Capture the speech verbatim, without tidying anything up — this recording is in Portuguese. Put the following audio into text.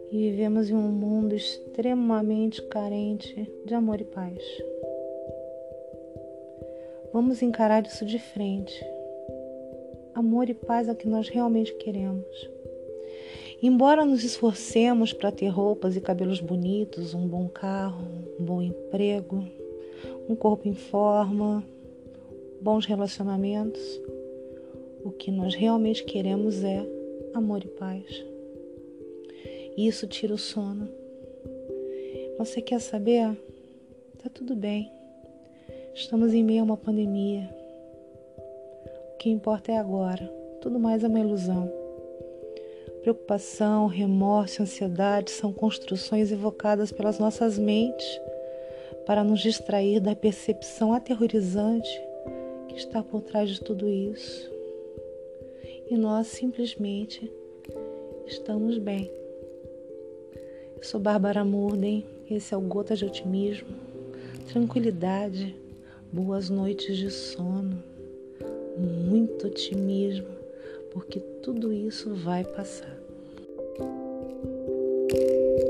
e vivemos em um mundo extremamente carente de amor e paz. Vamos encarar isso de frente. Amor e paz é o que nós realmente queremos. Embora nos esforcemos para ter roupas e cabelos bonitos, um bom carro, um bom emprego, um corpo em forma, bons relacionamentos, o que nós realmente queremos é amor e paz. E isso tira o sono. Você quer saber? Tá tudo bem. Estamos em meio a uma pandemia. O que importa é agora. Tudo mais é uma ilusão. Preocupação, remorso, ansiedade são construções evocadas pelas nossas mentes para nos distrair da percepção aterrorizante que está por trás de tudo isso. E nós simplesmente estamos bem. Eu sou Bárbara Murden, esse é o Gotas de Otimismo. Tranquilidade, boas noites de sono, muito otimismo, porque tudo isso vai passar.